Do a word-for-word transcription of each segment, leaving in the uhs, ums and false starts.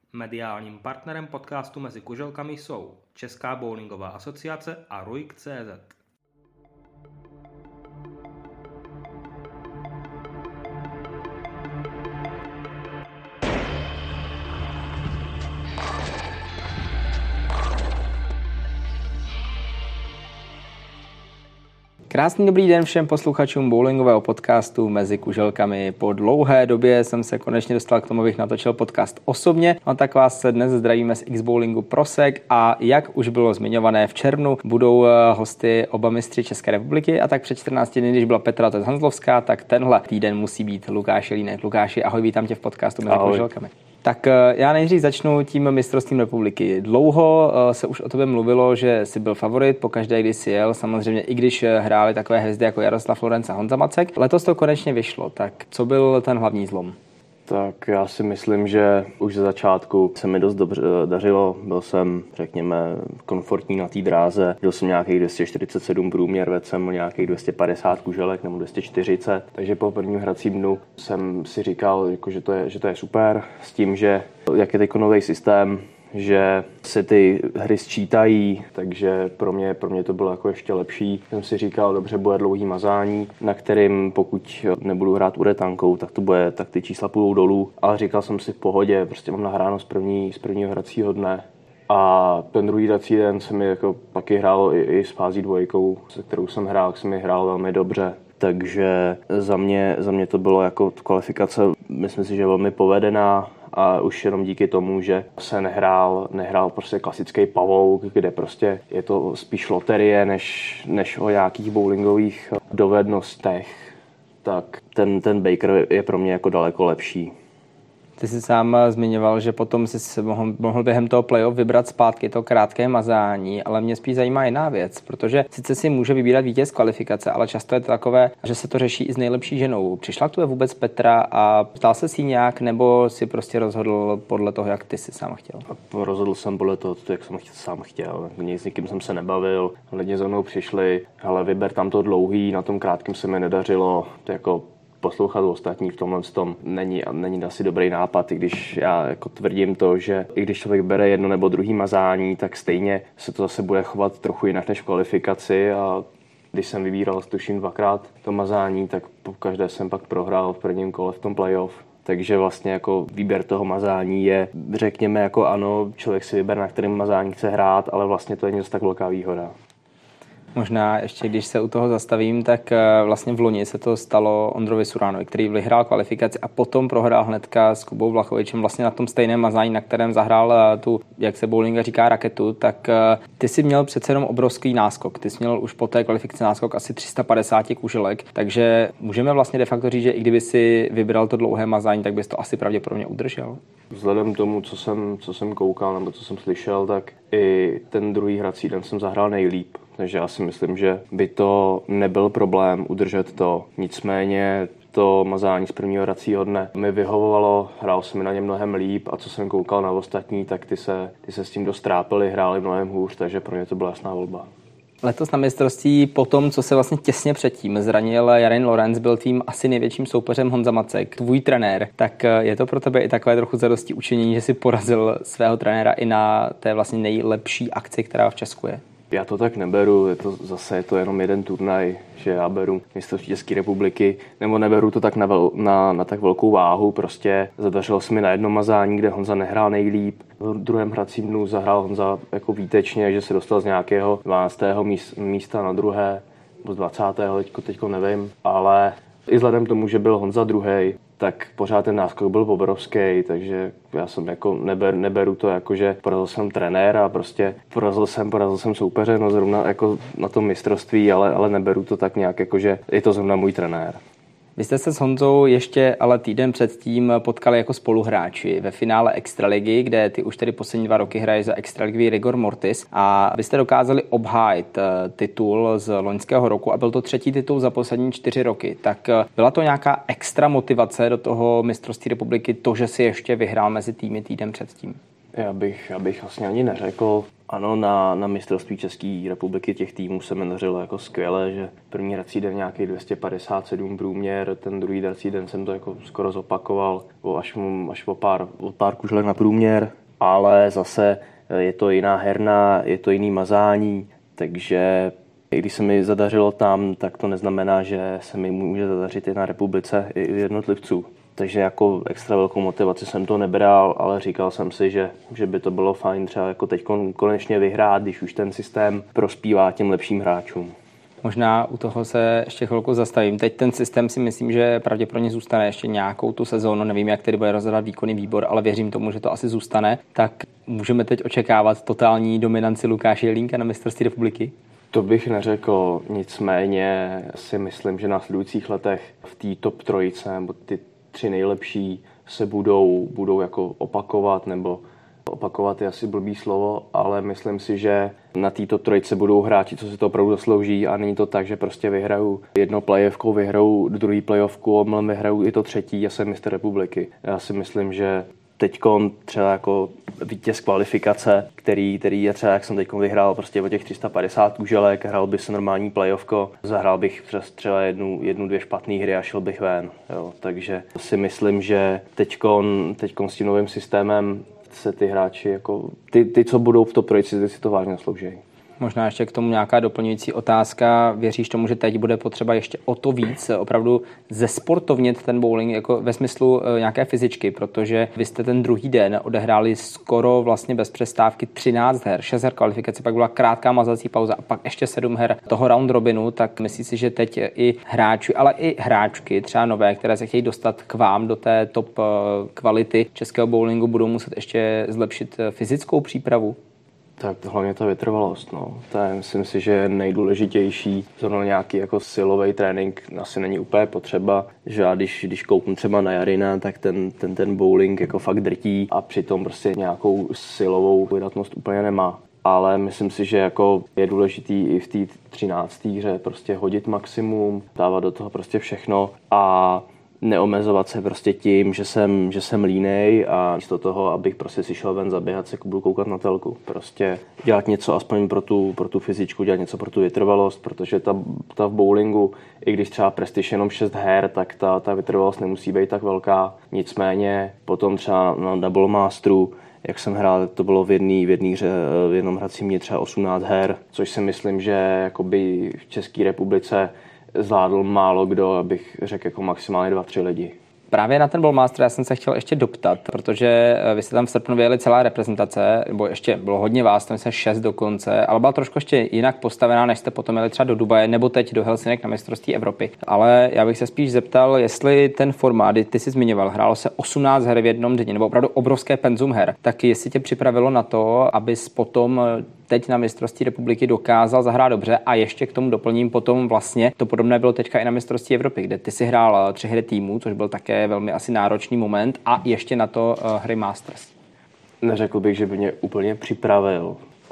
Mediálním partnerem podcastu Mezi kuželkami jsou Česká bowlingová asociace a Ruik tečka cé zet. Krásný dobrý den všem posluchačům bowlingového podcastu Mezi kuželkami. Po dlouhé době jsem se konečně dostal k tomu, abych natočil podcast osobně. No tak vás dnes zdravíme z X-Bowlingu Prosek a jak už bylo zmiňované v červnu, budou hosty oba mistři České republiky a tak před čtrnácti dny, když byla Petra Hanzlovská, tak tenhle týden musí být Lukáš Jelínek. Lukáši, ahoj, vítám tě v podcastu Mezi ahoj. kuželkami. Tak já nejdřív začnu tím mistrovstvím republiky. Dlouho se už o tobě mluvilo, že jsi byl favorit pokaždé, kdy jsi jel, samozřejmě i když hráli takové hvězdy jako Jaroslav Lorenz a Honza Macek. Letos to konečně vyšlo, tak co byl ten hlavní zlom? Tak já si myslím, že už ze začátku se mi dost dobře dařilo. Byl jsem, řekněme, komfortní na té dráze. Byl jsem nějakých dvě stě čtyřicet sedm průměr, vedl jsem nějakých dvě stě padesát kuželek nebo dvě stě čtyřicet. Takže po prvním hracím dnu jsem si říkal, jako, že, to je, že to je super. S tím, že jak je teď nový systém, že se ty hry sčítají, takže pro mě, pro mě to bylo jako ještě lepší. Jsem si říkal, dobře, bude dlouhý mazání, na kterým pokud nebudu hrát uretankou, tak to bude, tak ty čísla půjdou dolů. Ale říkal jsem si v pohodě, prostě mám nahráno z, první, z prvního hracího dne. A ten druhý hrací den se mi jako taky hrálo i, i s fází dvojkou, se kterou jsem hrál, se mi hrál velmi dobře. Takže za mě, za mě to bylo jako kvalifikace, myslím si, že velmi povedená. A už jenom díky tomu, že se nehrál, nehrál prostě klasický pavouk, kde prostě je to spíš loterie, než, než o nějakých bowlingových dovednostech, tak ten, ten Baker je pro mě jako daleko lepší. Ty jsi sám zmiňoval, že potom jsi mohl, mohl během toho playoff vybrat zpátky to krátké mazání, ale mě spíš zajímá jiná věc, protože sice si může vybírat vítěz kvalifikace, ale často je to takové, že se to řeší i s nejlepší ženou. Přišla k tobě vůbec Petra a ptal se si nějak, nebo si prostě rozhodl podle toho, jak ty jsi sám chtěl? Rozhodl jsem podle toho, jak jsem sám chtěl. S nikým jsem se nebavil, lidi za mnou přišli, ale vyber tam to dlouhý, na tom krátkém se mi nedařilo, to jako poslouchat ostatní v tomhle tom není, není asi dobrý nápad, i když já jako tvrdím to, že i když člověk bere jedno nebo druhý mazání, tak stejně se to zase bude chovat trochu jinak než v kvalifikaci a když jsem vybíral tuším dvakrát to mazání, tak po každé jsem pak prohrál v prvním kole v tom playoff. Takže vlastně jako výběr toho mazání je, řekněme jako ano, člověk si vybere, na kterém mazání chce hrát, ale vlastně to je něco tak velká výhoda. Možná ještě, když se u toho zastavím, tak vlastně v loni se to stalo Ondrovi Suránovi, který vyhrál kvalifikaci a potom prohrál hnedka s Kubou Vlachovičem vlastně na tom stejném mazání, na kterém zahrál tu, jak se bowlinga říká, raketu, tak ty jsi měl přece jenom obrovský náskok. Ty jsi měl už po té kvalifikaci náskok asi tři sta padesát kuželek, takže můžeme vlastně de facto říct, že i kdyby si vybral to dlouhé mazání, tak bys to asi pravděpodobně udržel. Vzhledem k tomu, co jsem, co jsem koukal nebo co jsem slyšel, tak i ten druhý hrací den jsem zahrál nejlíp. Takže já si myslím, že by to nebyl problém udržet to. Nicméně to mazání z prvního hracího dne mi vyhovovalo, hrál jsem mi na ně mnohem líp a co jsem koukal na ostatní, tak ty se, ty se s tím dost trápili, hráli mnohem hůř, takže pro mě to byla jasná volba. Letos na mistrovství po tom, co se vlastně těsně předtím zranil Jarin Lorenz, byl tvým asi největším soupeřem Honza Macek, tvůj trenér, tak je to pro tebe i takové trochu zadosti učinění, že si porazil svého trenéra i na té vlastně nejlepší akci, která v Česku je? Já to tak neberu, je to zase je to jenom jeden turnaj, že já beru mistrovství České republiky, nebo neberu to tak na, vel, na, na tak velkou váhu, prostě zadařilo se mi na jedno mazání, kde Honza nehrál nejlíp. V druhém hracím dnu zahrál Honza jako výtečně, že se dostal z nějakého dvanáctého místa na druhé, nebo z dvacátého teďko, teďko nevím, ale i vzhledem k tomu, že byl Honza druhej, tak pořád ten náskok byl obrovský, takže já jsem jako neber, neberu to jako, že porazil jsem trenéra a prostě porazil jsem, porazil jsem soupeře, no zrovna jako na tom mistrovství, ale, ale neberu to tak nějak jako, že je to zrovna můj trenér. Vy jste se s Honzou ještě ale týden předtím potkali jako spoluhráči ve finále Extraligy, kde ty už tedy poslední dva roky hraje za extraligový Rigor Mortis a vy jste dokázali obhájit titul z loňského roku a byl to třetí titul za poslední čtyři roky. Tak byla to nějaká extra motivace do toho mistrovství republiky, to, že si ještě vyhrál mezi týmy týden předtím? Já bych, já bych vlastně ani neřekl. Ano, na, na mistrovství České republiky těch týmů se mi dařilo jako skvěle, že první hrací den nějaký dvě stě padesát sedm průměr, ten druhý hrací den jsem to jako skoro zopakoval, až, až o pár, o pár kuželek na průměr. ale zase je to jiná herna, je to jiný mazání, takže i když se mi zadařilo tam, tak to neznamená, že se mi může zadařit i na republice i jednotlivců. Takže jako extra velkou motivaci jsem to nebral, ale říkal jsem si, že, že by to bylo fajn třeba jako teď konečně vyhrát, když už ten systém prospívá těm lepším hráčům. Možná u toho se ještě chvilku zastavím. Teď ten systém si myslím, že pravděpodobně zůstane ještě nějakou tu sezónu. Nevím, jak tedy bude rozhodovat výkonný výbor, ale věřím tomu, že to asi zůstane. Tak můžeme teď očekávat totální dominanci Lukáše Jelínka na mistrovství republiky? To bych neřekl, nicméně si myslím, že v následujících letech v té top trojice nebo ty tři nejlepší se budou, budou jako opakovat, nebo opakovat je asi blbý slovo, ale myslím si, že na té top trojice budou hráči, co si to opravdu zaslouží a není to tak, že prostě vyhrajou jedno playoffkou, vyhrajou druhý playoffku, omylem vyhrajou i to třetí a jsem mistr republiky. Já si myslím, že teďkon třeba jako vítěz kvalifikace, který, který je třeba, jak jsem teďkon vyhrál prostě o těch tři sta padesát úželek, hrál bych se normální playoffko, zahrál bych přes třeba jednu, jednu, dvě špatné hry a šel bych ven. Jo. Takže si myslím, že teďkon, teďkon s tím novým systémem se ty hráči, jako ty, ty co budou v top trojici, ty si to vážně zaslouží. Možná ještě k tomu nějaká doplňující otázka. Věříš tomu, že teď bude potřeba ještě o to víc opravdu zesportovnit ten bowling jako ve smyslu nějaké fyzičky, protože vy jste ten druhý den odehráli skoro vlastně bez přestávky třináct her, šest her kvalifikace, pak byla krátká mazací pauza a pak ještě sedm her toho round robinu, tak myslíš si, že teď i hráči, ale i hráčky, třeba nové, které se chtějí dostat k vám do té top kvality českého bowlingu, budou muset ještě zlepšit fyzickou přípravu? Tak hlavně ta vytrvalost, no. To je, myslím si, že je nejdůležitější. Zrovna nějaký jako silový trénink asi není úplně potřeba, že já když, když kouknu třeba na Jarina, tak ten, ten, ten bowling jako fakt drtí a přitom prostě nějakou silovou vydatnost úplně nemá. Ale myslím si, že jako je důležitý i v té třinácté hře prostě hodit maximum, dávat do toho prostě všechno a neomezovat se prostě tím, že jsem, že jsem línej a místo toho, abych prostě si šel ven zaběhat, se budu koukat na telku. Prostě dělat něco aspoň pro tu, pro tu fyzičku, dělat něco pro tu vytrvalost, protože ta, ta v bowlingu, i když třeba prestiž jenom šest her, tak ta, ta vytrvalost nemusí být tak velká. Nicméně potom třeba na Double Masteru, jak jsem hrál, to bylo v jedné v jedný hře, v jednom hracím mě třeba osmnáct her, což si myslím, že jakoby v České republice zvládl málo kdo, abych řekl jako maximálně dva, tři lidi. Právě na ten Bowlmaster já jsem se chtěl ještě doptat, protože vy jste tam v srpnu vyjeli celá reprezentace, nebo ještě bylo hodně vás, tam se šest dokonce, ale byla trošku ještě jinak postavená, než jste potom jeli třeba do Dubaje nebo teď do Helsinek na mistrovství Evropy. Ale já bych se spíš zeptal, jestli ten formát, ty jsi zmiňoval, hrálo se osmnáct her v jednom dni, nebo opravdu obrovské penzum her, tak jestli tě připravilo na to, abys potom teď na mistrovství republiky dokázal zahrát dobře a ještě k tomu doplním potom vlastně to podobné bylo teďka i na mistrovství Evropy, kde ty si hrál tři hry týmu, což byl také velmi asi náročný moment a ještě na to uh, hry Masters. Neřekl bych, že by mě úplně připravil,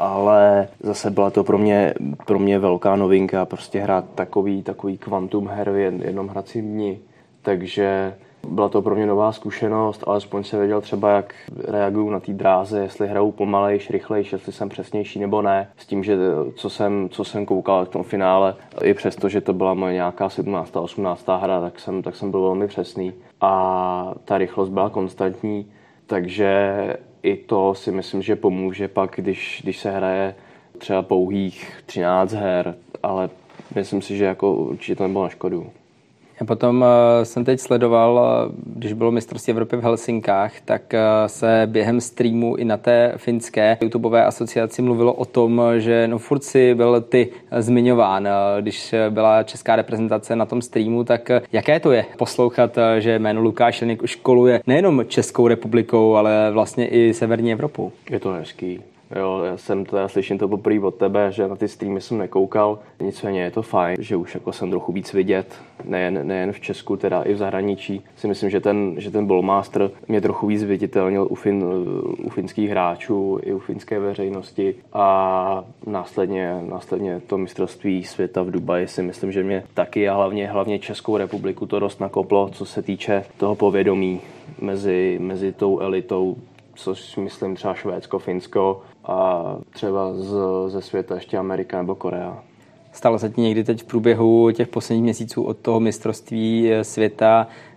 ale zase byla to pro mě, pro mě velká novinka prostě hrát takový, takový kvantum her v jednom hracím dni, takže byla to pro mě nová zkušenost, alespoň se věděl třeba, jak reaguju na té dráze, jestli hraju pomalejš, rychlejš, jestli jsem přesnější nebo ne. S tím, že co jsem, co jsem koukal v tom finále, i přesto, že to byla moje nějaká sedmnáctá osmnáctá hra, tak jsem, tak jsem byl velmi přesný. A ta rychlost byla konstantní, takže i to si myslím, že pomůže pak, když, když se hraje třeba pouhých třináct her, ale myslím si, že jako určitě to nebylo na škodu. Já potom jsem teď sledoval, když bylo mistrovství Evropy v Helsinkách, tak se během streamu i na té finské YouTubeové asociaci mluvilo o tom, že no furt si byl ty zmiňován, když byla česká reprezentace na tom streamu, tak jaké to je poslouchat, že jméno Lukáš Jelínek už koluje nejenom Českou republikou, ale vlastně i severní Evropou? Je to hezký. Jo, já jsem to, já slyším to poprvé od tebe, že na ty streamy jsem nekoukal, nicméně je to fajn, že už jako jsem trochu víc vidět, nejen, nejen v Česku, teda i v zahraničí. Si myslím, že ten, že ten Bowlmaster mě trochu víc viditelnil u, fin, u finských hráčů i u finské veřejnosti a následně, následně to mistrovství světa v Dubaji si myslím, že mě taky a hlavně, hlavně Českou republiku to dost nakoplo, co se týče toho povědomí mezi, mezi tou elitou, což myslím třeba Švédsko, Finsko a třeba z, ze světa ještě Amerika nebo Korea. Stalo se ti někdy teď v průběhu těch posledních měsíců od toho mistrovství světa,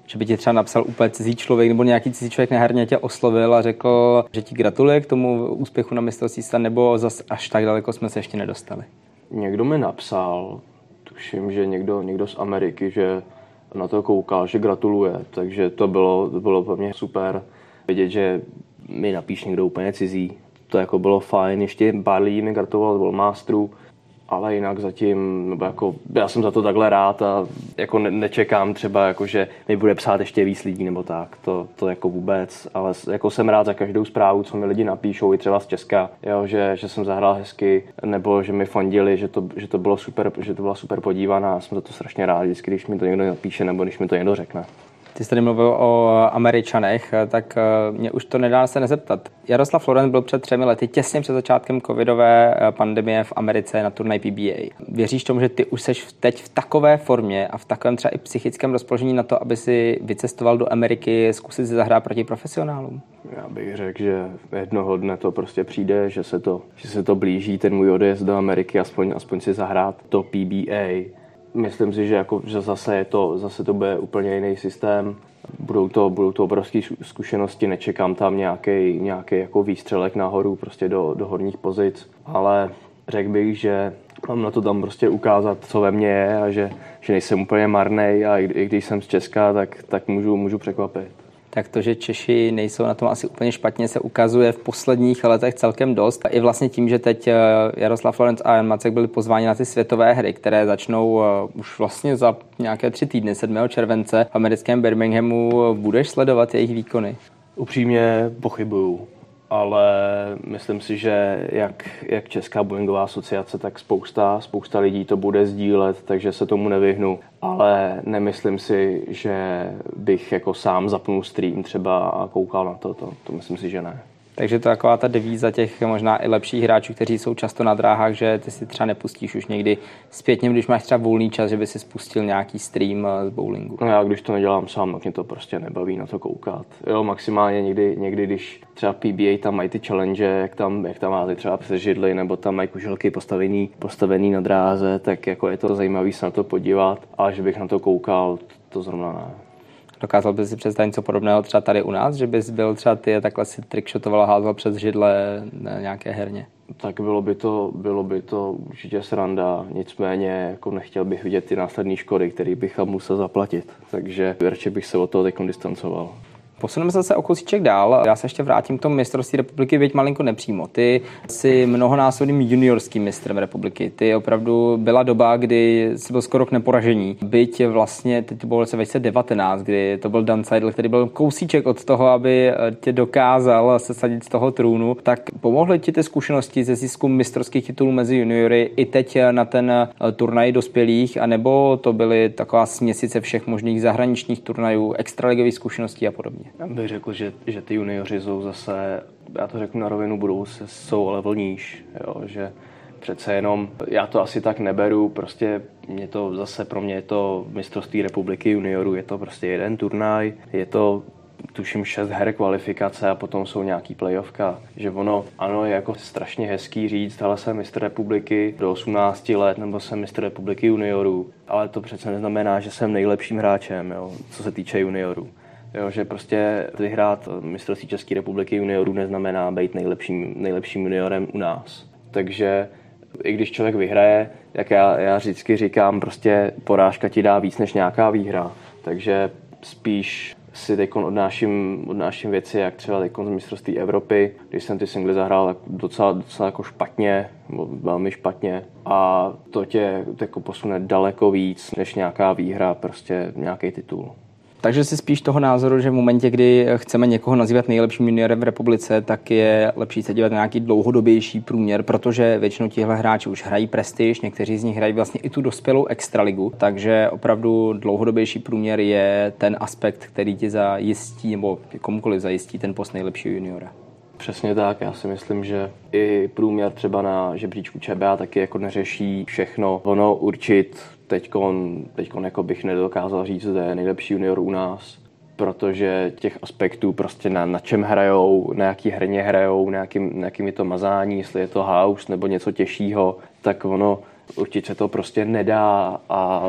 že by ti třeba napsal úplně cizí člověk nebo nějaký cizí člověk na herně tě oslovil a řekl, že ti gratuluje k tomu úspěchu na mistrovství světa, nebo zas až tak daleko jsme se ještě nedostali? Někdo mi napsal, tuším, že někdo, někdo z Ameriky, že na to koukal, že gratuluje, takže to bylo, to bylo pro mě super vidět, že mi napíš někdo úplně cizí. To jako bylo fajn, ještě pár lidí mi gratuloval, to byl Masteru, ale jinak zatím, nebo jako, já jsem za to takhle rád a jako ne, nečekám třeba, jako, že mi bude psát ještě víc lidí nebo tak, to, to jako vůbec, ale jako jsem rád za každou zprávu, co mi lidi napíšou, i třeba z Česka, jo, že, že jsem zahrál hezky, nebo že mi fandili, že to, že to bylo super, že to byla super podívaná, a jsem za to strašně rád, vždycky, když mi to někdo napíše, nebo když mi to někdo řekne. Ty jsi tady mluvil o Američanech, tak mě už to nedá se nezeptat. Jaroslav Florenc byl před třemi lety, těsně před začátkem covidové pandemie v Americe na turnaj P B A. Věříš tomu, že ty už seš teď v takové formě a v takovém třeba i psychickém rozpoložení na to, aby si vycestoval do Ameriky, zkusit si zahrát proti profesionálům? Já bych řekl, že jednoho dne to prostě přijde, že se to, že se to blíží, ten můj odjezd do Ameriky, aspoň, aspoň si zahrát to P B A. Myslím si, že, jako, že zase, je to, zase to bude úplně jiný systém. Budou to, budou to obrovské zkušenosti, nečekám tam nějaký, nějaký jako výstřelek nahoru, prostě do, do horních pozic, ale řekl bych, že mám na to tam prostě ukázat, co ve mně je a že, že nejsem úplně marnej a i, i když jsem z Česka, tak, tak můžu, můžu překvapit. Tak to, že Češi nejsou na tom asi úplně špatně, se ukazuje v posledních letech celkem dost. I vlastně tím, že teď Jaroslav Florenc a Jan Macek byli pozváni na ty světové hry, které začnou už vlastně za nějaké tři týdny, sedmého července v americkém Birminghamu. Budeš sledovat jejich výkony? Upřímně pochybuju, ale myslím si, že jak, jak Česká bowlingová asociace, tak spousta, spousta lidí to bude sdílet, takže se tomu nevyhnu. Ale nemyslím si, že bych jako sám zapnul stream třeba a koukal na to, to, to myslím si, že ne. Takže to je taková ta devíza těch možná i lepších hráčů, kteří jsou často na dráhách, že ty si třeba nepustíš už někdy zpětně, když máš třeba volný čas, že by si spustil nějaký stream z bowlingu. No já když to nedělám sám, tak mě to prostě nebaví na to koukat. Jo, maximálně někdy, někdy když třeba P B A tam mají ty challenge, jak tam, jak tam máte třeba přes židly, nebo tam mají kuželky postavený, postavený na dráze, tak jako je to zajímavý se na to podívat, ale že bych na to koukal, to zrovna ne. Dokázal bys si představit něco podobného třeba tady u nás, že bys byl třeba ty takhle si trickshotoval a házel přes židle na nějaké herně? Tak bylo by to, bylo by to určitě sranda, nicméně jako nechtěl bych vidět ty následné škody, které bych tam musel zaplatit, takže radši bych se od toho teď distancoval. Posuneme se zase o kousíček dál. Já se ještě vrátím k tomu mistrovství republiky, byť malinko nepřímo. Ty jsi mnohonásobným juniorským mistrem republiky. Ty opravdu byla doba, kdy jsi byl skoro k neporažení. Byť vlastně, teď to bylo v roce dva tisíce devatenáct, kdy to byl Dan Seidel, který byl kousíček od toho, aby tě dokázal sesadit z toho trůnu. Tak pomohly ti ty zkušenosti ze zisku mistrovských titulů mezi juniory i teď na ten turnaj dospělých, anebo to byly taková směsice všech možných zahraničních turnajů, extraligových zkušeností a podobně? Já bych řekl, že, že ty junioři jsou zase, já to řeknu na rovinu, budou se, jsou level níž, jo, že přece jenom, já to asi tak neberu, prostě mě to zase, pro mě je to mistrovství republiky juniorů, je to prostě jeden turnaj, je to tuším šest her kvalifikace a potom jsou nějaký playoffka, že ono, ano, je jako strašně hezký říct, ale jsem mistr republiky do osmnácti let, nebo jsem mistr republiky juniorů, ale to přece neznamená, že jsem nejlepším hráčem, jo, co se týče juniorů. Jo, že prostě vyhrát mistrovství České republiky juniorů neznamená být nejlepším, nejlepším juniorem u nás. Takže i když člověk vyhraje, jak já, já vždycky říkám, prostě porážka ti dá víc než nějaká výhra. Takže spíš si teď odnáším, odnáším věci, jak třeba teď z mistrovství Evropy, když jsem ty singly zahrál tak docela, docela jako špatně, velmi špatně. A to tě jako posune daleko víc než nějaká výhra, prostě nějaký titul. Takže si spíš toho názoru, že v momentě, kdy chceme někoho nazývat nejlepším juniorem v republice, tak je lepší se dívat na nějaký dlouhodobější průměr, protože většinou tihle hráči už hrají prestiž, někteří z nich hrají vlastně i tu dospělou extraligu, takže opravdu dlouhodobější průměr je ten aspekt, který ti zajistí, nebo komukoliv zajistí ten post nejlepšího juniora. Přesně tak, já si myslím, že i průměr třeba na žebříčku Č B A taky jako neřeší všechno. Ono určit teďkon, teďkon jako bych nedokázal říct, že je nejlepší junior u nás, protože těch aspektů prostě na, na čem hrajou, na jaký herně hrajou, na jakým, na jakým je to mazání, jestli je to house nebo něco těžšího, tak ono určitě to prostě nedá a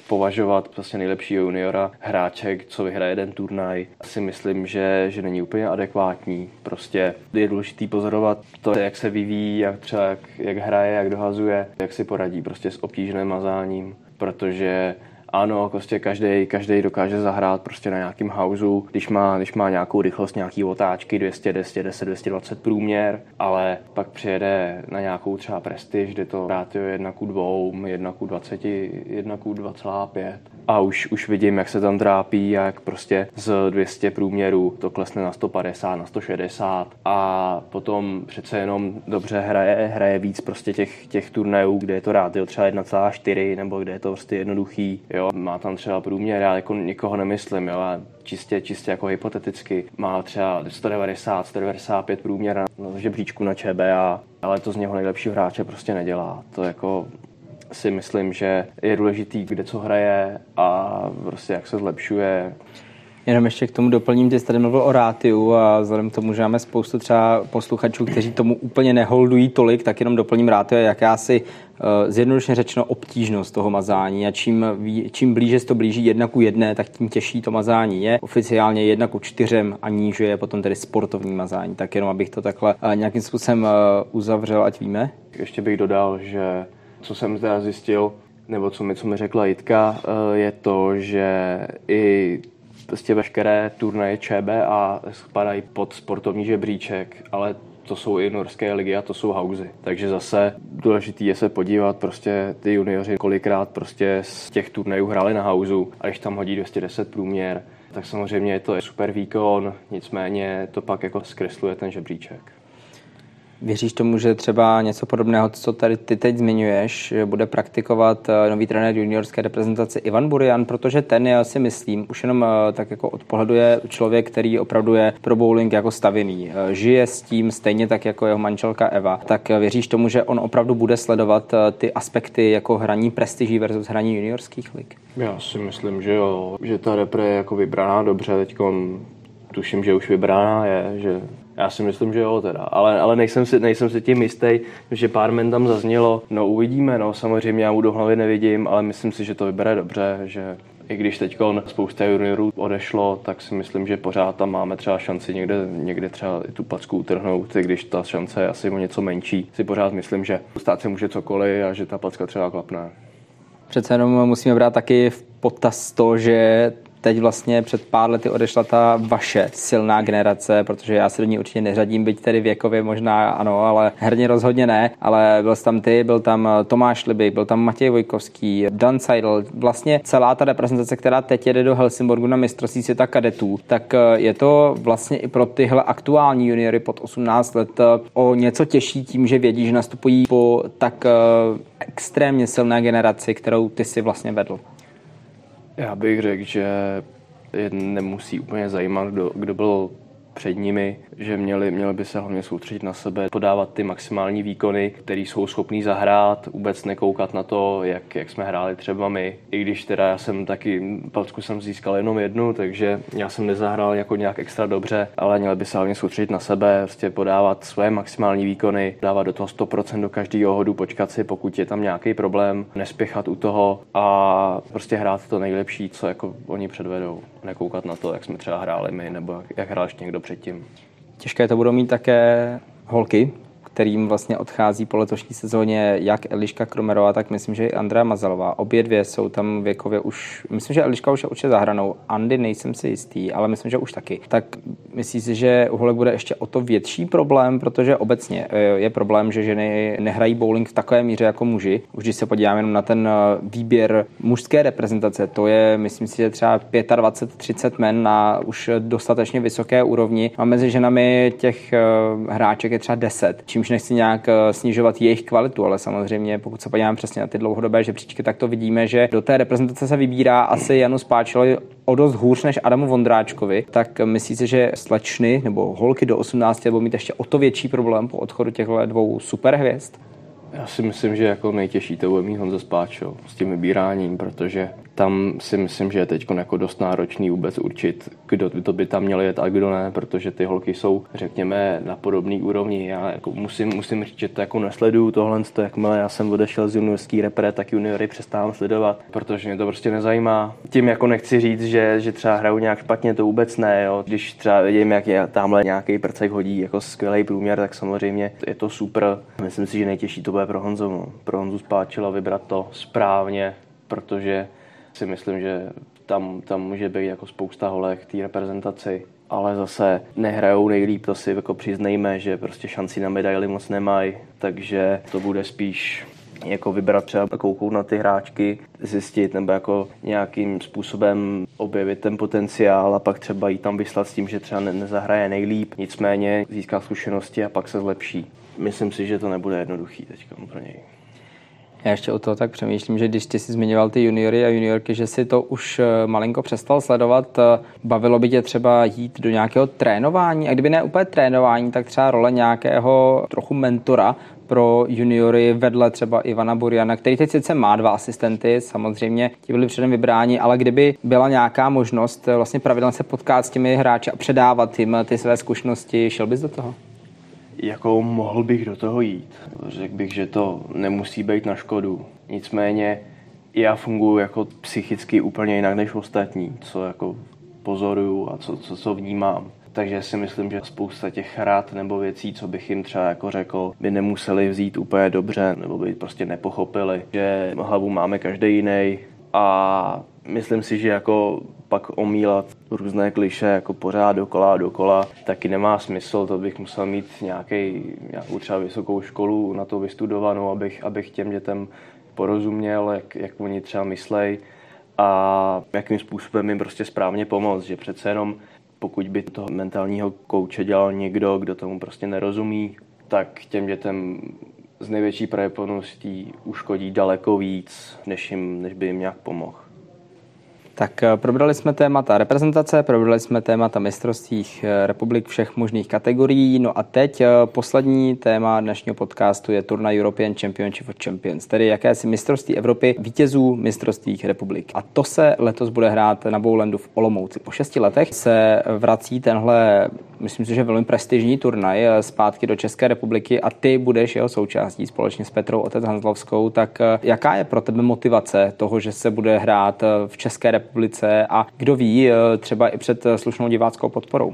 považovat prostě nejlepšího juniora, hráče, co vyhraje jeden turnaj, si myslím, že, že není úplně adekvátní. Prostě je důležitý pozorovat to, jak se vyvíjí, jak třeba jak, jak hraje, jak dohazuje, jak si poradí prostě s obtížným mazáním, protože ano, prostě každý, každý dokáže zahrát prostě na nějakým houseu, když má, když má nějakou rychlost, nějaký otáčky, dvě stě, dvě stě deset, dvě stě dvacet průměr, ale pak přijede na nějakou třeba prestiž, kde to rátio jedna ku dvou, jedna ku dvaceti, jedna ku dva celá pět. A už, už vidím, jak se tam trápí a jak prostě z dvě stě průměru to klesne na sto padesát, na sto šedesát a potom přece jenom dobře hraje, hraje víc prostě těch, těch turnajů, kde je to rátio třeba jedna celá čtyři nebo kde je to prostě jednoduchý. Jo, má tam třeba průměr, já jako nikoho nemyslím, jo, a čistě, čistě jako hypoteticky má třeba sto devadesát, sto devadesát pět průměr na, na žebříčku na Č B A, ale to z něho nejlepšího hráče prostě nedělá. To jako si myslím, že je důležitý, kde co hraje a prostě jak se zlepšuje. Jenom ještě k tomu doplním, ty jsi tady mluvil o rátiu a vzhledem k tomu, že máme spoustu třeba posluchačů, kteří tomu úplně neholdují tolik, tak jenom doplním rátiu, jakási zjednodušeně řečeno obtížnost toho mazání a čím, čím blíže se to blíží jedna ku jedné, tak tím těžší to mazání je. Oficiálně jedna ku čtyřem a níže je potom tedy sportovní mazání. Tak jenom abych to takhle nějakým způsobem uzavřel, ať víme. Ještě bych dodal, že co jsem teda zjistil, nebo co mi, co mi řekla Jitka, je to, že i prostě veškeré turnaje Č B A spadají pod sportovní žebříček, ale to jsou i norské ligy a to jsou housey. Takže zase důležitý je se podívat, prostě ty junioři kolikrát prostě z těch turnajů hráli na houseu a když tam hodí dvě stě deset průměr, tak samozřejmě je to super výkon, nicméně to pak jako zkresluje ten žebříček. Věříš tomu, že třeba něco podobného, co tady ty teď zmiňuješ, bude praktikovat nový trenér juniorské reprezentace Ivan Burian, protože ten, já si myslím, už jenom tak jako od pohledu je člověk, který opravdu je pro bowling jako stavěný. Žije s tím stejně tak jako jeho manželka Eva. Tak věříš tomu, že on opravdu bude sledovat ty aspekty jako hraní prestiží versus hraní juniorských lig? Já si myslím, že jo, že ta repre je jako vybraná dobře, teďkon tuším, že už vybraná je, že já si myslím, že jo teda, ale, ale nejsem, si, nejsem si tím jistý, že pár men tam zaznělo, no uvidíme, no samozřejmě já mu do hlavy nevidím, ale myslím si, že to vybere dobře, že i když teďkon spousta juniorů odešlo, tak si myslím, že pořád tam máme třeba šanci někde, někde třeba i tu packu utrhnout, i když ta šance je asi o něco menší, si pořád myslím, že stát se může cokoliv a že ta packa třeba klapne. Přece jenom musíme brát taky v potaz to, že teď vlastně před pár lety odešla ta vaše silná generace, protože já se do ní určitě neřadím, byť tedy věkově možná ano, ale herně rozhodně ne, ale byl tam ty, byl tam Tomáš Libik, byl tam Matěj Vojkovský, Dan Seidel, vlastně celá ta reprezentace, která teď jede do Helsingborgu na mistrovství světa kadetů, tak je to vlastně i pro tyhle aktuální juniory pod osmnáct let o něco těžší tím, že vědí, že nastupují po tak extrémně silné generaci, kterou ty si vlastně vedl. Já bych řekl, že je nemusí úplně zajímat, kdo, kdo byl před nimi, že měli, měli by se hlavně soustředit na sebe, podávat ty maximální výkony, které jsou schopní zahrát, vůbec nekoukat na to, jak, jak jsme hráli třeba my. I když teda já jsem taky, packu jsem získal jenom jednu, takže já jsem nezahrál jako nějak extra dobře, ale měli by se hlavně soustředit na sebe, prostě podávat svoje maximální výkony, dávat do toho sto procent do každého hodu, počkat si, pokud je tam nějaký problém, nespěchat u toho a prostě hrát to nejlepší, co jako oni předvedou. Nekoukat na to, jak jsme třeba hráli my, nebo jak, jak hrál ještě někdo předtím. Těžké to budou mít také holky, kterým vlastně odchází po letošní sezóně jak Eliška Kromerová, tak myslím, že i Andrea Mazalová. Obě dvě jsou tam věkově už, myslím, že Eliška už je určitě za hranou. Andy nejsem si jistý, ale myslím, že už taky. Tak myslíš si, že u holek bude ještě o to větší problém, protože obecně je problém, že ženy nehrají bowling v takové míře jako muži. Už když se podíváme jenom na ten výběr mužské reprezentace, to je, myslím si, že třeba dvacet pět třicet men na už dostatečně vysoké úrovni. A mezi ženami těch hráček je třeba deset. Čímž nechci nějak snižovat jejich kvalitu, ale samozřejmě pokud se podíváme přesně na ty dlouhodobé žebříčky, tak to vidíme, že do té reprezentace se vybírá asi Janu Spáčilovi o dost hůř než Adamu Vondráčkovi. Tak myslíte, že slečny nebo holky do osmnácti budou mít ještě o to větší problém po odchodu těchto dvou superhvězd? Já si myslím, že jako nejtěžší to bude mít Honza Spáčil s tím vybíráním, protože Tam si myslím, že je teď jako dost náročný vůbec určit, kdo to by tam měl jet a kdo ne, protože ty holky jsou, řekněme, na podobné úrovni. Já jako musím, musím říct, že to jako nesleduju tohle, to jakmile já jsem odešel z juniorský repre, tak juniory přestávám sledovat, protože mě to prostě nezajímá. Tím jako nechci říct, že, že třeba hraju nějak špatně, to vůbec ne. Jo. Když třeba vidím, jak je tamhle nějaký prcek hodí jako skvělý průměr, tak samozřejmě je to super. Myslím si, že nejtěžší to bude pro Honzu. No. Pro Honzu Spáčila vybrat to správně, protože si myslím, že tam, tam může být jako spousta holek v té reprezentaci, ale zase nehrajou nejlíp, to si jako přiznejme, že prostě šanci na medaily moc nemají, takže to bude spíš jako vybrat třeba kouknout na ty hráčky, zjistit nebo jako nějakým způsobem objevit ten potenciál a pak třeba jí tam vyslat s tím, že třeba nezahraje nejlíp, nicméně získá zkušenosti a pak se zlepší. Myslím si, že to nebude jednoduchý teďka pro něj. Já ještě o toho tak přemýšlím, že když ty jsi zmiňoval ty juniory a juniorky, že si to už malinko přestal sledovat, bavilo by tě třeba jít do nějakého trénování a kdyby ne úplně trénování, tak třeba role nějakého trochu mentora pro juniory vedle třeba Ivana Burjana, který teď sice má dva asistenty, samozřejmě ti byli předem vybráni, ale kdyby byla nějaká možnost vlastně pravidelně se potkat s těmi hráči a předávat jim ty své zkušenosti, šel bys do toho? Jako mohl bych do toho jít. Řekl bych, že to nemusí být na škodu. Nicméně já funguji jako psychicky úplně jinak než ostatní, co jako pozoruju a co, co, co vnímám. Takže si myslím, že spousta těch rad nebo věcí, co bych jim třeba jako řekl, by nemuseli vzít úplně dobře nebo by prostě nepochopili, že hlavu máme každý jiný a myslím si, že jako pak omílat různé klišé jako pořád dokola a dokola taky nemá smysl, to bych musel mít nějaký, nějakou třeba vysokou školu na to vystudovanou, abych, abych těm dětem porozuměl, jak, jak oni třeba myslej a jakým způsobem jim prostě správně pomoct, že přece jenom pokud by toho mentálního kouče dělal někdo, kdo tomu prostě nerozumí, tak těm dětem z největší pravděpodobností uškodí daleko víc, než, jim, než by jim nějak pomohl. Tak probrali jsme témata reprezentace, probrali jsme témata mistrovství republik všech možných kategorií. No a teď poslední téma dnešního podcastu je turnaj European Championship of Champions, tedy jakési mistrovství Evropy vítězů mistrovství republik. A to se letos bude hrát na Bowlandu v Olomouci. Po šesti letech se vrací tenhle, myslím si, že velmi prestižní turnaj zpátky do České republiky a ty budeš jeho součástí společně s Petrou Otec Hanzlovskou. Tak jaká je pro tebe motivace toho, že se bude hrát v České republice a kdo ví, třeba i před slušnou diváckou podporou?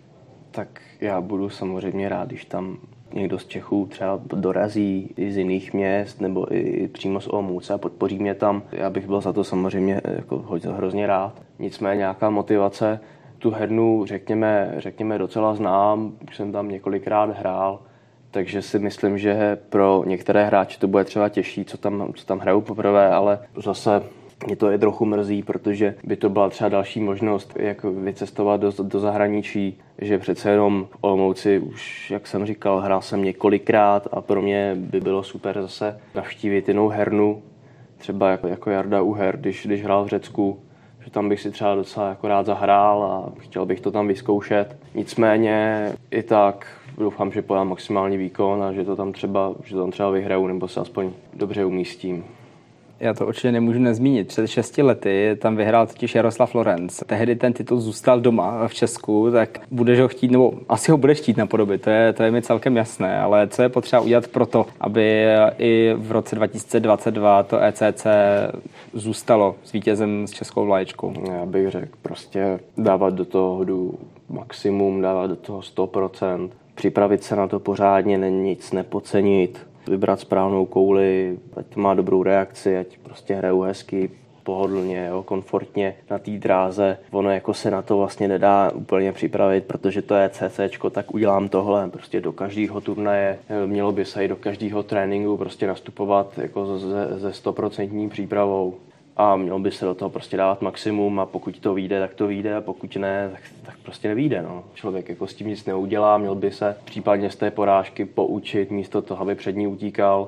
Tak já budu samozřejmě rád, když tam někdo z Čechů třeba dorazí i z jiných měst nebo i přímo z Olomouce a podpoří mě tam. Já bych byl za to samozřejmě jako hrozně rád. Nicméně nějaká motivace, tu hernu řekněme, řekněme docela znám, už jsem tam několikrát hrál, takže si myslím, že pro některé hráče to bude třeba těžší, co tam, co tam hrajou poprvé, ale zase mě to je trochu mrzí, protože by to byla třeba další možnost, jak vycestovat do, do zahraničí, že přece jenom v Olomouci už, jak jsem říkal, hrál jsem několikrát a pro mě by bylo super zase navštívit jinou hernu, třeba jako, jako Jarda Uher, když, když hrál v Řecku, že tam bych si třeba docela jako rád zahrál a chtěl bych to tam vyzkoušet. Nicméně i tak doufám, že podám maximální výkon a že to tam třeba, že to tam třeba vyhraju nebo se aspoň dobře umístím. Já to určitě nemůžu nezmínit. Před šesti lety tam vyhrál totiž Jaroslav Lorenz. Tehdy ten titul zůstal doma v Česku, tak budeš ho chtít, nebo asi ho budeš chtít napodobit, to je, to je mi celkem jasné, ale co je potřeba udělat pro to, aby i v roce dva tisíce dvacet dva to E C C zůstalo s vítězem s českou vlaječkou? Já bych řekl, prostě dávat do toho hodu maximum, dávat do toho sto procent, připravit se na to pořádně, nic nepodcenit, vybrat správnou kouli, ať má dobrou reakci, ať prostě hrajou hezky, pohodlně, jo, komfortně na té dráze. Ono jako se na to vlastně nedá úplně připravit, protože to je CCčko, tak udělám tohle. Prostě do každého turnaje mělo by se i do každého tréninku prostě nastupovat jako ze stoprocentní přípravou. A mělo by se do toho prostě dávat maximum a pokud to vyjde, tak to vyjde a pokud ne, tak, tak prostě nevyjde. No. Člověk jako s tím nic neudělá, měl by se případně z té porážky poučit místo toho, aby před ní utíkal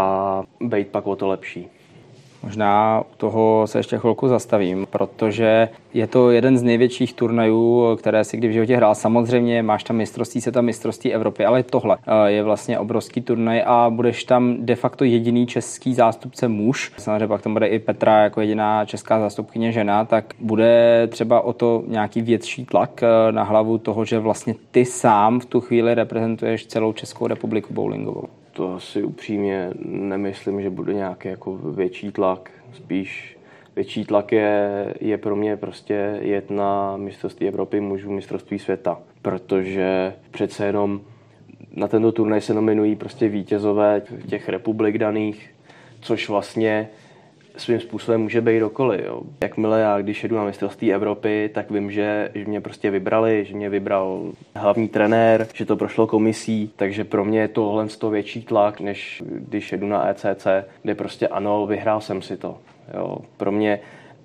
a být pak o to lepší. Možná u toho se ještě chvilku zastavím, protože Je to jeden z největších turnajů, které si kdy v životě hrál. Samozřejmě máš tam mistrovství světa, mistrovství Evropy, ale tohle je vlastně obrovský turnaj a budeš tam de facto jediný český zástupce muž. Samozřejmě pak tam bude i Petra jako jediná česká zástupkyně žena, tak bude třeba o to nějaký větší tlak na hlavu toho, že vlastně ty sám v tu chvíli reprezentuješ celou Českou republiku bowlingovou. To si upřímně nemyslím, že bude nějaký jako větší tlak. Spíš větší tlak je, je pro mě prostě jet na mistrovství Evropy mužů, mistrovství světa. Protože přece jenom na tento turnaj se nominují prostě vítězové těch republik daných, což vlastně svým způsobem může být dokoliv. Jo. Jakmile já, když jedu na mistrovství Evropy, tak vím, že, že mě prostě vybrali, že mě vybral hlavní trenér, že to prošlo komisí, takže pro mě je tohle to větší tlak, než když jedu na E C C, kde prostě ano, vyhrál jsem si to. Jo. Pro mě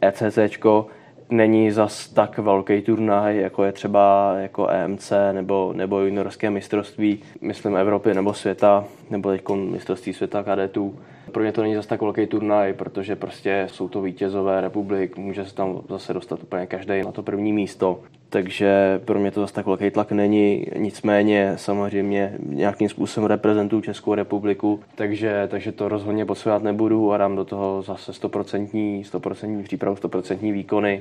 ECCčko není zas tak velký turnaj, jako je třeba jako E M C nebo, nebo juniorské mistrovství, myslím Evropy nebo světa, nebo teď mistrovství světa kadetů. Pro mě to není zase tak velký turnaj, protože prostě jsou to vítězové republik, může se tam zase dostat úplně každý na to první místo. Takže pro mě to zase tak velký tlak není, nicméně samozřejmě nějakým způsobem reprezentuju Českou republiku, takže, takže to rozhodně podsouvat nebudu a dám do toho zase stoprocentní přípravu, stoprocentní výkony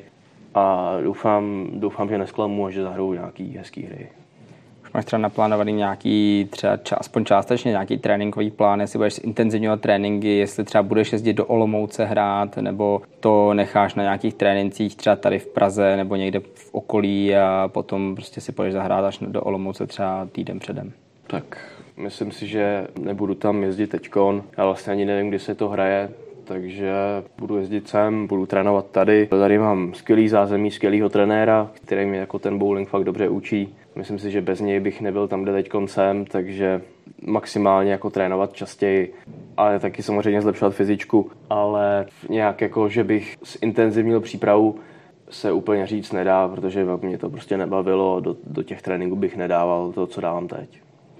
a doufám, doufám, že nesklamu a že zahraju nějaký hezký hry. Máš třeba naplánovaný nějaký, třeba ča, aspoň částečně nějaký tréninkový plán, jestli budeš intenzivňovat tréninky, jestli třeba budeš jezdit do Olomouce hrát, nebo to necháš na nějakých trénincích třeba tady v Praze nebo někde v okolí a potom prostě si půjdeš zahrát až do Olomouce třeba týden předem. Tak myslím si, že nebudu tam jezdit teďkon. Já vlastně ani nevím, kdy se to hraje, takže budu jezdit sem, budu trénovat tady. Tady mám skvělý zázemí, skvělýho trenéra, který mě jako ten bowling fakt dobře učí. Myslím si, že bez něj bych nebyl tam, kde teďkon jsem, takže maximálně jako trénovat častěji, ale taky samozřejmě zlepšovat fyzičku, ale nějak jako, že bych zintenzivnil přípravu, se úplně říct nedá, protože mě to prostě nebavilo, do, do těch tréninků bych nedával to, co dávám teď.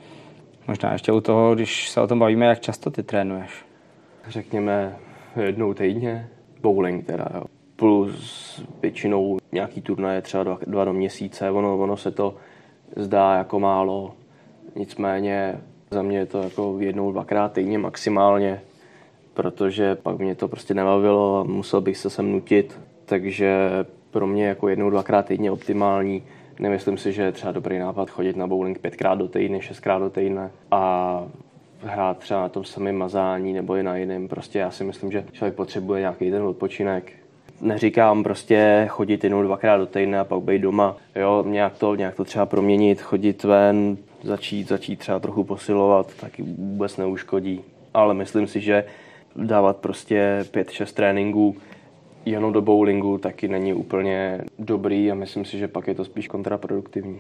Možná ještě u toho, když se o tom bavíme, jak často ty trénuješ? Řekněme jednou týdně, bowling teda, jo. Plus většinou nějaký turnaje třeba dva, dva do měsíce, ono, ono se to zdá jako málo, nicméně za mě je to jako jednou, dvakrát týdně maximálně, protože pak mě to prostě nebavilo a musel bych se sem nutit, takže pro mě jako jednou, dvakrát týdně optimální. Nemyslím si, že je třeba dobrý nápad chodit na bowling pětkrát do týdne, šestkrát do týdne a hrát třeba na tom samém mazání nebo i na jiném. Prostě já si myslím, že člověk potřebuje nějaký ten odpočinek. Neříkám prostě chodit jednou, dvakrát do týdne a pak být doma. Jo, nějak to, nějak to třeba proměnit, chodit ven, začít, začít třeba trochu posilovat, taky vůbec neuškodí. Ale myslím si, že dávat prostě pět, šest tréninků jenom do bowlingu taky není úplně dobrý a myslím si, že pak je to spíš kontraproduktivní.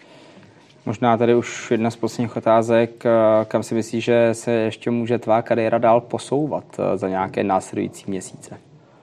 Možná tady už jedna z posledních otázek, kam si myslíš, že se ještě může tvá kariéra dál posouvat za nějaké následující měsíce?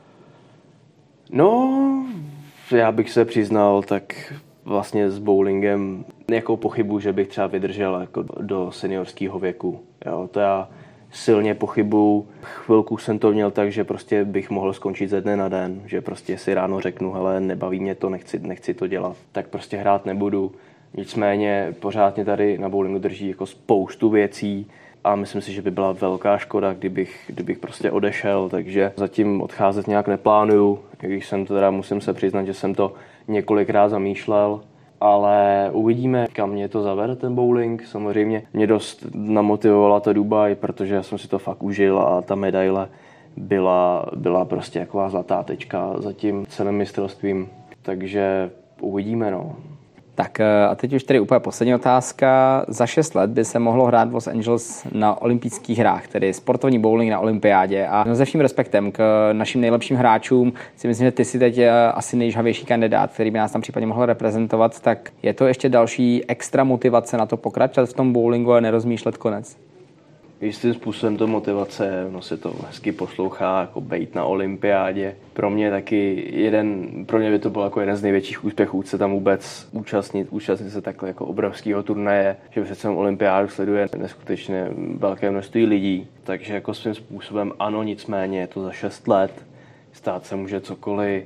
No, já bych se přiznal, tak vlastně s bowlingem nějakou pochybu, že bych třeba vydržel jako do seniorského věku. Jo, to já silně pochybuju. Chvilku jsem to měl tak, že prostě bych mohl skončit ze dne na den, že prostě si ráno řeknu, hele, nebaví mě to, nechci, nechci to dělat, tak prostě hrát nebudu. Nicméně pořád mě tady na bowlingu drží jako spoustu věcí a myslím si, že by byla velká škoda, kdybych, kdybych prostě odešel, takže zatím odcházet nějak neplánuju, když jsem to teda, musím se přiznat, že jsem to několikrát zamýšlel, ale uvidíme, kam mě to zavede ten bowling. Samozřejmě mě dost namotivovala ta Dubaj, protože já jsem si to fakt užil a ta medaile byla, byla prostě taková zlatá tečka za tím celým mistrovstvím, takže uvidíme, no. Tak a teď už tady úplně poslední otázka. Za šest let by se mohlo hrát v Los Angeles na olympijských hrách, tedy sportovní bowling na olympiádě. A no, se vším respektem k našim nejlepším hráčům si myslím, že ty jsi teď asi nejžhavější kandidát, který by nás tam případně mohl reprezentovat. Tak je to ještě další extra motivace na to pokračovat v tom bowlingu a nerozmýšlet konec? Jistým způsobem to motivace, no se to hezky poslouchá, jako bejt na olympiádě. Pro mě taky jeden, pro mě by to byl jako jeden z největších úspěchů, se tam vůbec účastnit, účastnit se takhle jako obrovského turnaje, že přece olympiádu sleduje neskutečně velké množství lidí, takže jako svým způsobem ano, nicméně je to za šest let, stát se může cokoliv.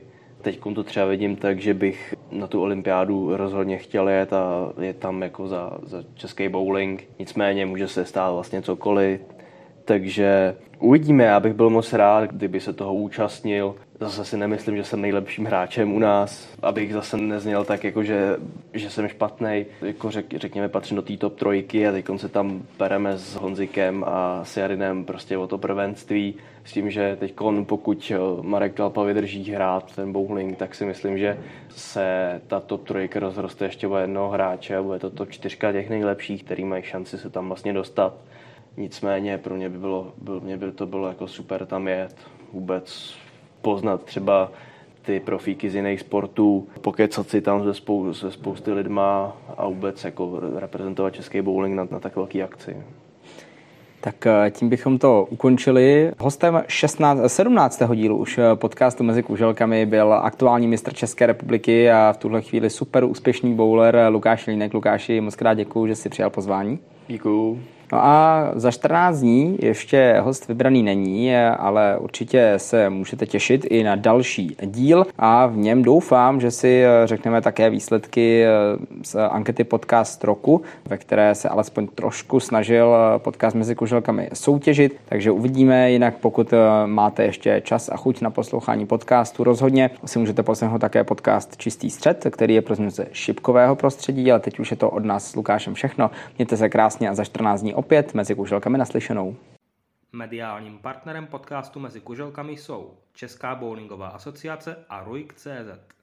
teď to třeba vidím tak, že bych na tu olympiádu rozhodně chtěl jet a je tam jako za, za český bowling. Nicméně může se stát vlastně cokoliv. Takže uvidíme, já bych byl moc rád, kdyby se toho účastnil. Zase si nemyslím, že jsem nejlepším hráčem u nás, abych zase nezněl tak, jako že, že jsem špatnej. Jako řek, řekněme, patřím do té top trojky a teď se tam bereme s Honzikem a s Jarinem prostě o to prvenství. S tím, že teď pokud Marek Talpa vydrží hrát ten bowling, tak si myslím, že se ta top trojka rozroste ještě o jednoho hráče a bude to top čtyřka těch nejlepších, který mají šanci se tam vlastně dostat. Nicméně pro mě by, bylo, byl, mě by to bylo jako super tam jet, vůbec poznat třeba ty profíky z jiných sportů, pokecat si tam se, spou, se spousty lidma a vůbec jako reprezentovat český bowling na, na tak velký akci. Tak tím bychom to ukončili. Hostem šestnáct, sedmnáctého dílu už podcastu Mezi kuželkami byl aktuální mistr České republiky a v tuhle chvíli super úspěšný bowler Lukáš Línek. Lukáši, moc krát děkuju, že jsi přijal pozvání. Děkuju. No a za čtrnáct dní ještě host vybraný není, ale určitě se můžete těšit i na další díl a v něm doufám, že si řekneme také výsledky z ankety Podcast roku, ve které se alespoň trošku snažil podcast Mezi kuželkami soutěžit, takže uvidíme, jinak pokud máte ještě čas a chuť na poslouchání podcastu, rozhodně si můžete poslechnout také podcast Čistý střed, který je pro ze šipkového prostředí, ale teď už je to od nás s Lukášem všechno. Mějte se krásně a za čtrnáct dní opět Mezi kuželkami naslyšenou. Mediálním partnerem podcastu Mezi kuželkami jsou Česká bowlingová asociace a Ruik tečka cé zet.